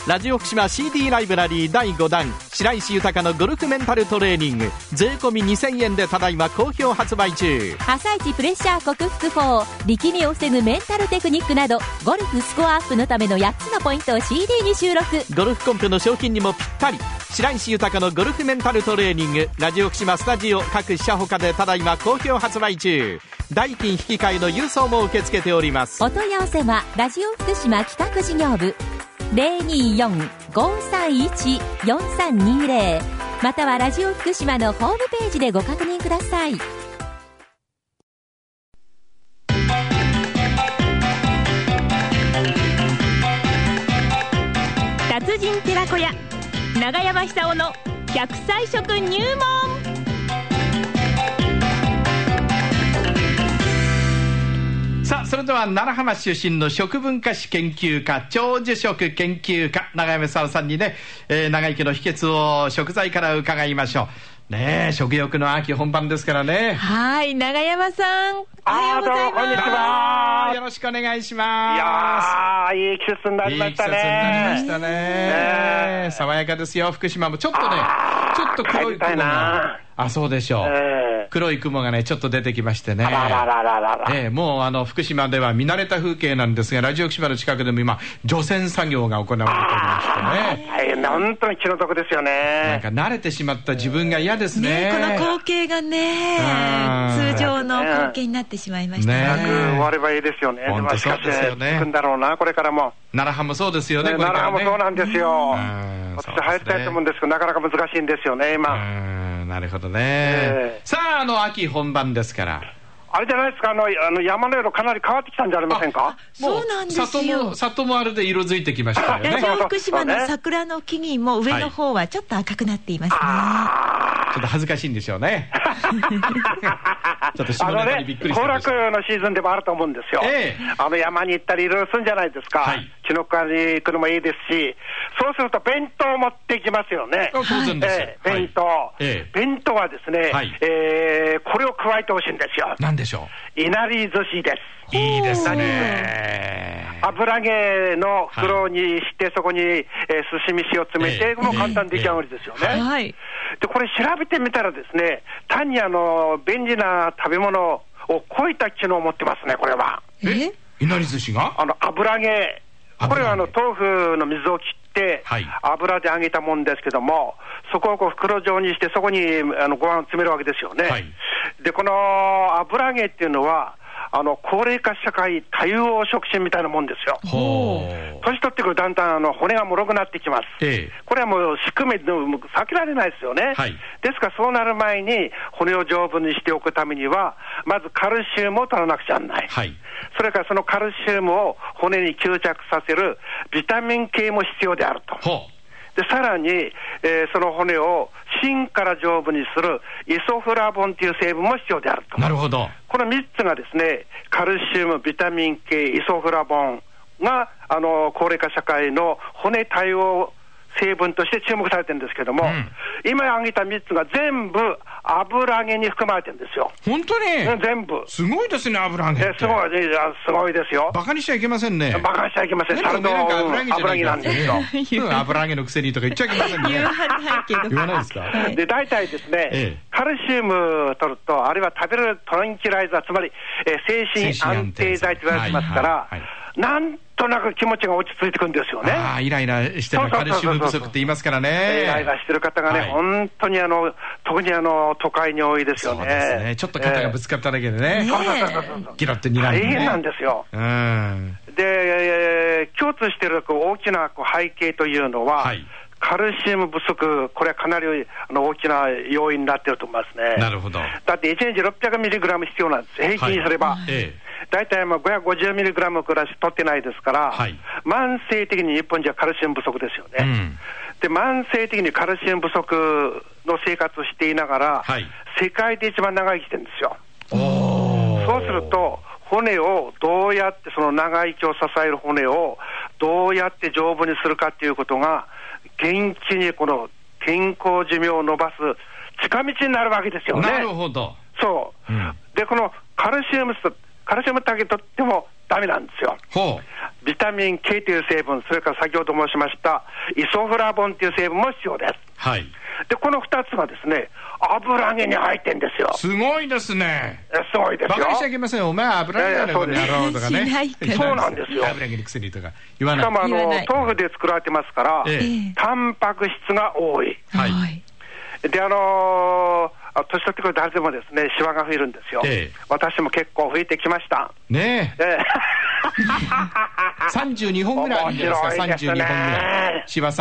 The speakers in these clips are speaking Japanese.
ラジオ福島 CD ライブラリー第5弾白石豊のゴルフメンタルトレーニング税込み2000円でただいま好評発売中。 朝一プレッシャー克服法、力みを防ぐメンタルテクニックなどゴルフスコアアップのための8つのポイントを CD に収録。 ゴルフコンペの賞金にもぴったり。白石豊のゴルフメンタルトレーニングラジオ福島スタジオ各社ほかでただいま好評発売中。代金引き換えの郵送も受け付けております。 お問い合わせはラジオ福島企画事業部 024-531-4320 またはラジオ福島のホームページでご確認ください。 達人寺子屋長山久夫の100歳食入門。 さあそれでは楢葉町出身の食文化史研究家長寿食研究家長山久夫さんにね、長生きの秘訣を食材から伺いましょうね。食欲の秋本番ですからね。 はい、長山さんおはようございます。 こんにちは。 よろしくお願いします。 いやーいい季節になりましたね。 いい季節になりましたね、爽やかですよ。福島もちょっとねちょっと黒い雲がそうでしょう、黒い雲がねちょっと出てきましてね。もう福島では見慣れた風景なんですが、ラジオ福島の近くでも今除染作業が行われておりましてね。 大変な本当に気の毒ですよね。 なんか慣れてしまった自分が嫌ですね。 この光景がね通常の光景になってしまいましたね。 早く終わればいいですよね。 本当そうですよね。 行くんだろうなこれからも。 楢葉もそうですよね。 楢葉もそうなんですよ。私入りたいと思うんですけどなかなか難しいんですよね今。 なるほどね、さあ秋本番ですからあれじゃないですか、山の色かなり変わってきたんじゃありませんか。 そうなんですよ。 里もあれで色づいてきましたよね。 ラジオ福島の桜の木々も上の方はちょっと赤くなっていますね、 ちょっと恥ずかしいんでしょうねちょっと下ネタにびっくりしてました。 行楽のシーズンでもあると思うんですよ、山に行ったりいろいろするんじゃないですか、紀の川に行くのもいいですし、そうすると弁当を持っていきますよね。 当然です、 弁当、弁当はですね、これを加えてほしいんですよ。 何でしょう。いなり寿司です。 いいですね。 油揚げの袋にしてそこに、寿司飯を詰めて、もう簡単に出来上がりですよね、でこれ調べてみたらですね、単に便利な食べ物を超えた機能を持ってますねこれは。 いなり寿司が油揚げ、これは豆腐の水を切って油で揚げたもんですけども、そこを袋状にしてそこにご飯を詰めるわけですよね、でこの油揚げっていうのは高齢化社会多様食品みたいなもんですよ。年取ってくるだんだん骨が脆くなってきます、これはもう仕組みで避けられないですよね、ですからそうなる前に骨を丈夫にしておくためにはまずカルシウムを取らなくちゃならない、それからそのカルシウムを骨に吸着させるビタミン系も必要であると。でさらに、その骨を芯から丈夫にするイソフラボンという成分も必要であると。 なるほど。 この3つがですね、カルシウム、ビタミン系、イソフラボンが高齢化社会の骨対応成分として注目されてるんですけども、今挙げた3つが全部油揚げに含まれてるんですよ。 本当に、 全部すごいですね。油揚げってすごいですよ。 バカにしちゃいけませんね。 バカにしちゃいけません。 なんか油揚げなんですよ油揚げのくせにとか言っちゃいけませんね言わないですか。 で大体ですね、カルシウム取ると、あるいは食べるトランキライザー、つまり、精神安定剤と言われてますから、なんとなく気持ちが落ち着いてくるんですよね。 イライラしてるカルシウム不足って言いますからね。 イライラしてる方がね、本当に特に都会に多いですよね。 そうですね。ちょっと肩がぶつかっただけでね、ギロって睨んで大変なんですよ。で、共通している大きな背景というのは、カルシウム不足、これはかなり大きな要因になっていると思いますね。 なるほど。 だって1日 600mg 必要なんです、平均すれば。大体550mg くらいし取ってないですから、慢性的に日本人はカルシウム不足ですよね、で慢性的にカルシウム不足の生活をしていながら、世界で一番長生きしてるんですよ。そうすると骨をどうやって、その長生きを支える骨をどうやって丈夫にするかということが、元気にこの健康寿命を伸ばす近道になるわけですよね。 なるほど。 そう、でこのカルシウムカルシウムだけとってもダメなんですよ。ビタミン K という成分、それから先ほど申しましたイソフラボンという成分も必要です。 はい。 でこの2つがですね、油揚げに入ってるんですよ。 すごいですね。 すごいですよ。 バカにしちゃいけませんよ。お前油揚げだね、これやろうとかね。 そうなんですよ。 油揚げに薬とか言わない。 しかも豆腐で作られてますから、タンパク質が多い。 はい。 で年取ってくる誰でもですね、シワが増えるんですよ。私も結構増えてきました。 ねえ。32本ぐらいあるんじゃないですか。32本ぐらい。シワ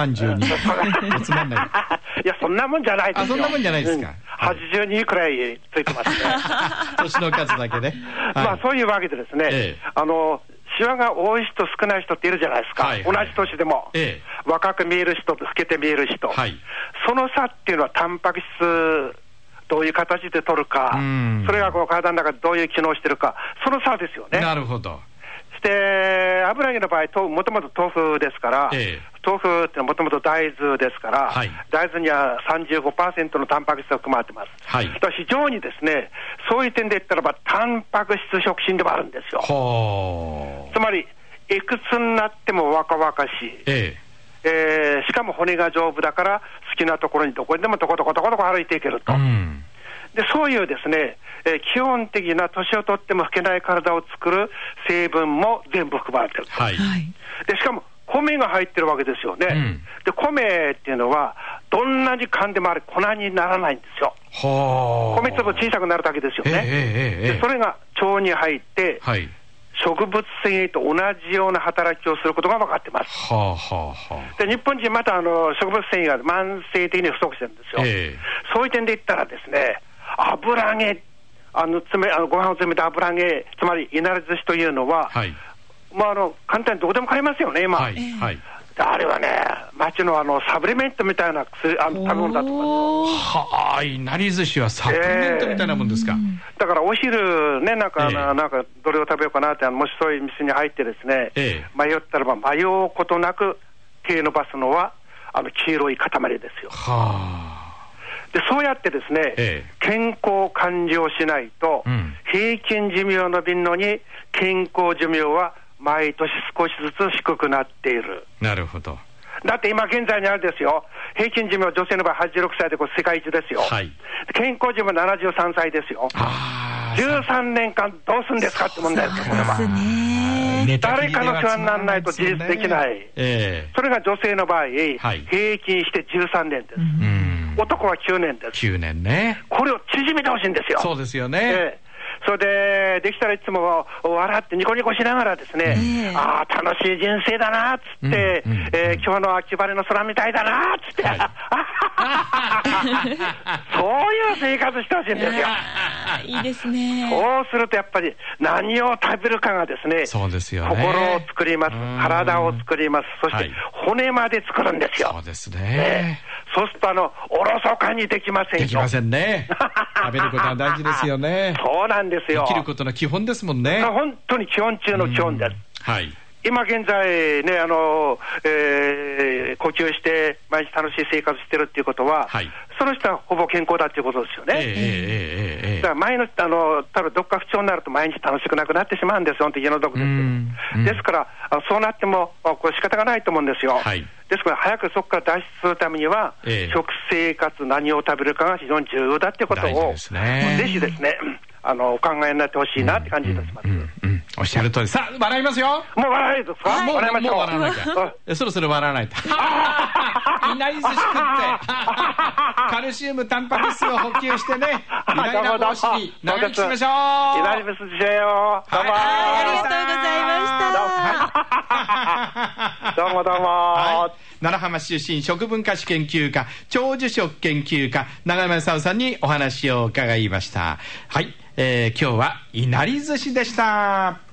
32。つまんない。 いやそんなもんじゃないですよ。 そんなもんじゃないですか。 82くらいついてますね。 年の数だけね。 まあそういうわけでですね、シワが多い人少ない人っているじゃないですか。同じ年でも若く見える人と老けて見える人、その差っていうのはタンパク質どういう形で取るか、それがこう体の中でどういう機能してるか、その差ですよね。 なるほど。 で油揚げの場合もともと豆腐ですから、豆腐ってのはもともと大豆ですから、大豆には 35% のタンパク質が含まれてます。非常にですね、そういう点で言ったらばタンパク質食品でもあるんですよ。つまりいくつになっても若々しい、しかも骨が丈夫だから好きなところにどこにでもとことこと歩いていけると、でそういうですね、基本的な年をとっても老けない体を作る成分も全部含まれていると、でしかも米が入ってるわけですよね、で米っていうのはどんなに噛んでもあれ粉にならないんですよ。米粒小さくなるだけですよね。でそれが腸に入って、植物繊維と同じような働きをすることが分かってます。で日本人また植物繊維が慢性的に不足してるんですよ。そういう点で言ったらですね、油揚げご飯を詰めた油揚げ、つまりいなり寿司というのは、簡単にどこでも買えますよね今。あれはね、町のサプリメントみたいな食べ物だと思います。 いなり寿司はサプリメントみたいなもんですか。 だからお昼ね、なんかどれを食べようかなって、もしそういう店に入ってですね、迷ったらば迷うことなく手を伸ばすのは黄色い塊ですよ。でそうやってですね、健康管理をしないと、平均寿命のびんのに健康寿命は毎年少しずつ低くなっている。 なるほど。 だって今現在にあるですよ、平均寿命女性の場合86歳で世界一ですよ、健康寿命73歳ですよ。13年間どうするんですかって問題ですよ。誰かの世話にならないと自立できない、それが女性の場合、平均して13年です。男は9年です。 9年ね。 これを縮めてほしいんですよ。 そうですよね。 それでできたらいつも笑ってニコニコしながらですね、楽しい人生だなっつって、今日の秋晴れの空みたいだなっつって、そういう生活してほしいんですよ。 いいですね。 そうするとやっぱり何を食べるかがですね、 そうですよね、 心を作ります、体を作ります、そして骨まで作るんですよ。 そうですね。 そうするとおろそかにできませんよ。 できませんね。食べることは大事ですよね。 そうなんですよ。 生きることの基本ですもんね。 本当に基本中の基本です。今現在ね、呼吸して毎日楽しい生活してるっていうことは、その人はほぼ健康だっていうことですよね。だから毎日多分どっか不調になると毎日楽しくなくなってしまうんですよ、家の毒ですけど。ですからそうなってもこれ仕方がないと思うんですよ。ですから早くそこから脱出するためには、食生活何を食べるかが非常に重要だっていうことを、ぜひですねお考えになってほしいなって感じいたします。 おっしゃる通り。さあ笑いますよ。 もう笑いですか。笑いましょう。 もう笑わなきゃ。そろそろ笑わないと。いなり寿司食ってカルシウムタンパク質を補給してね、イライラ防止に長生きしましょう。 イライラ寿司しよう。どうもありがとうございました。どうもどうも。奈良浜市出身食文化史研究家長寿食研究家永山勲さんにお話を伺いました。はい、今日はいなり寿司でした。